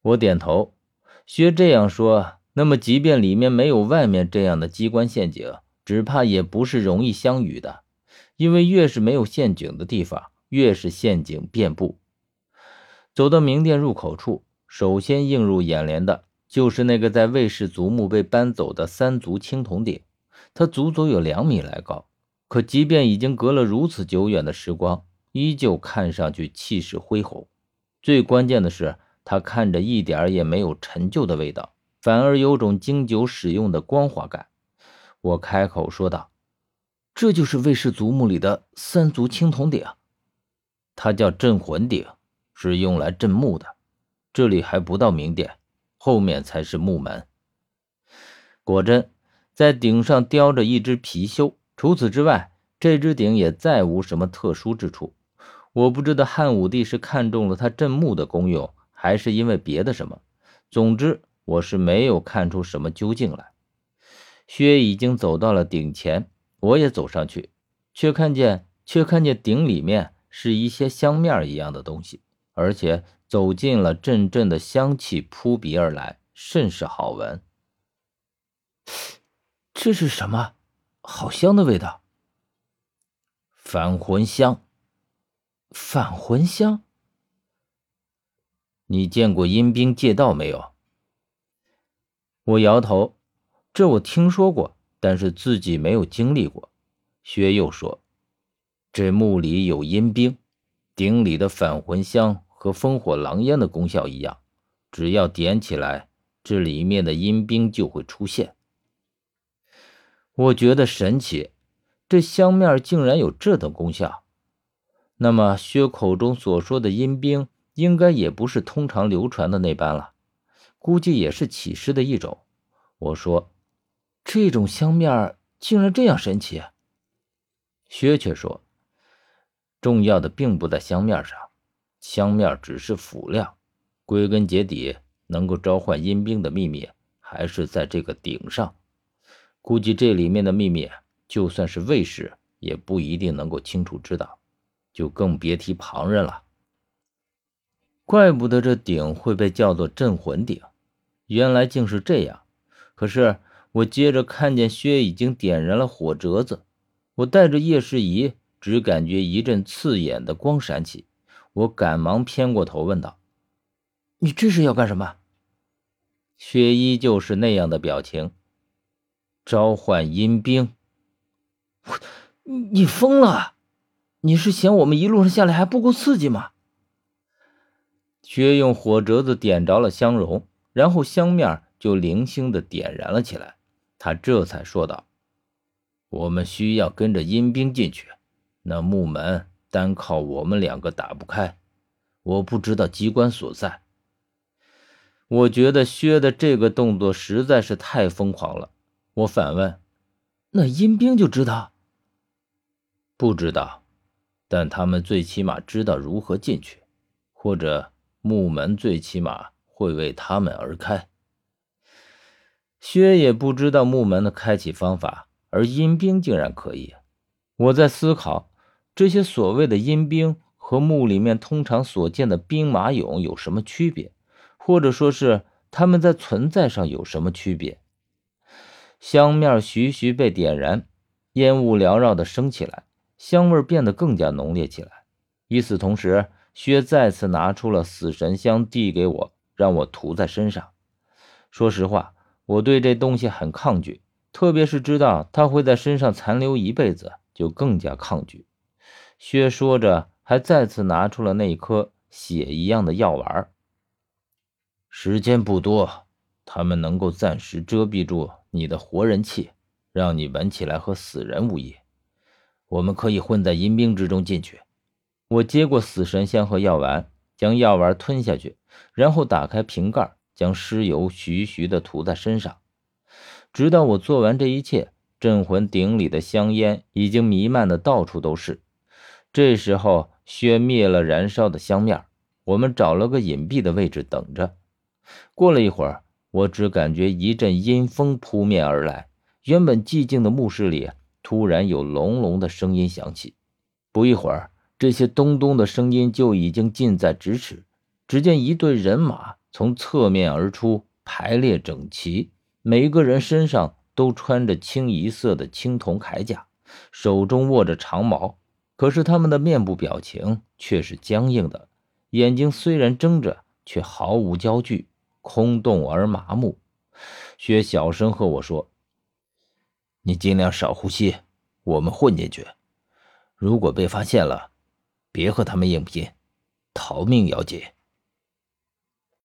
我点头。薛这样说，那么即便里面没有外面这样的机关陷阱，只怕也不是容易相遇的，因为越是没有陷阱的地方，越是陷阱遍布。走到明殿入口处，首先映入眼帘的就是那个在魏氏族墓被搬走的三足青铜鼎，它足足有2米来高，可即便已经隔了如此久远的时光，依旧看上去气势恢宏。最关键的是，它看着一点也没有陈旧的味道，反而有种经久使用的光滑感。我开口说道：“这就是魏氏族墓里的三足青铜鼎，它叫镇魂鼎，是用来镇墓的。这里还不到明殿，后面才是墓门。”果真，在鼎上雕着一只貔貅，除此之外，这只鼎也再无什么特殊之处。我不知道汉武帝是看中了它镇墓的功用，还是因为别的什么。总之，我是没有看出什么究竟来。薛已经走到了鼎前，我也走上去，却看见鼎里面是一些香面一样的东西，而且走近了，阵阵的香气扑鼻而来，甚是好闻。这是什么？好香的味道！返魂香。返魂香？你见过阴兵借道没有？我摇头，这我听说过，但是自己没有经历过。薛又说，这墓里有阴兵，鼎里的返魂香和烽火狼烟的功效一样，只要点起来，这里面的阴兵就会出现。我觉得神奇，这香面竟然有这等功效。那么薛口中所说的阴兵，应该也不是通常流传的那般了，估计也是起尸的一种。我说，这种香面竟然这样神奇？薛却说，重要的并不在香面上，香面只是辅料，归根结底能够召唤阴兵的秘密还是在这个鼎上。估计这里面的秘密，就算是卫士也不一定能够清楚知道，就更别提旁人了。怪不得这鼎会被叫做镇魂鼎，原来竟是这样。可是我接着看见薛已经点燃了火折子，我带着夜视仪，只感觉一阵刺眼的光闪起，我赶忙偏过头问道：“你这是要干什么？”薛依旧是那样的表情，召唤阴兵。你疯了？你是嫌我们一路上下来还不够刺激吗？薛用火折子点着了香熔，然后香面就零星的点燃了起来。他这才说道：“我们需要跟着阴兵进去，那木门单靠我们2个打不开，我不知道机关所在。”我觉得薛的这个动作实在是太疯狂了。我反问：“那阴兵就知道？”不知道，但他们最起码知道如何进去，或者木门最起码会为他们而开。薛也不知道木门的开启方法，而阴兵竟然可以。我在思考，这些所谓的阴兵和墓里面通常所见的兵马俑有什么区别，或者说是他们在存在上有什么区别。香面徐徐被点燃，烟雾缭绕地升起来，香味变得更加浓烈起来。与此同时，薛再次拿出了死神香递给我，让我涂在身上。说实话，我对这东西很抗拒，特别是知道它会在身上残留一辈子，就更加抗拒。薛说着，还再次拿出了那颗血一样的药丸。时间不多，它们能够暂时遮蔽住你的活人气，让你闻起来和死人无异。我们可以混在阴兵之中进去。我接过死神香和药丸，将药丸吞下去，然后打开瓶盖，将尸油徐徐地涂在身上。直到我做完这一切，镇魂鼎里的香烟已经弥漫的到处都是。这时候薛灭了燃烧的香面，我们找了个隐蔽的位置等着。过了一会儿，我只感觉一阵阴风扑面而来，原本寂静的墓室里突然有隆隆的声音响起。不一会儿，这些咚咚的声音就已经近在咫尺。只见一队人马从侧面而出，排列整齐，每个人身上都穿着清一色的青铜铠甲，手中握着长矛，可是他们的面部表情却是僵硬的，眼睛虽然睁着，却毫无焦距，空洞而麻木。薛小声和我说：“你尽量少呼吸，我们混进去。如果被发现了，别和他们硬拼，逃命要紧。”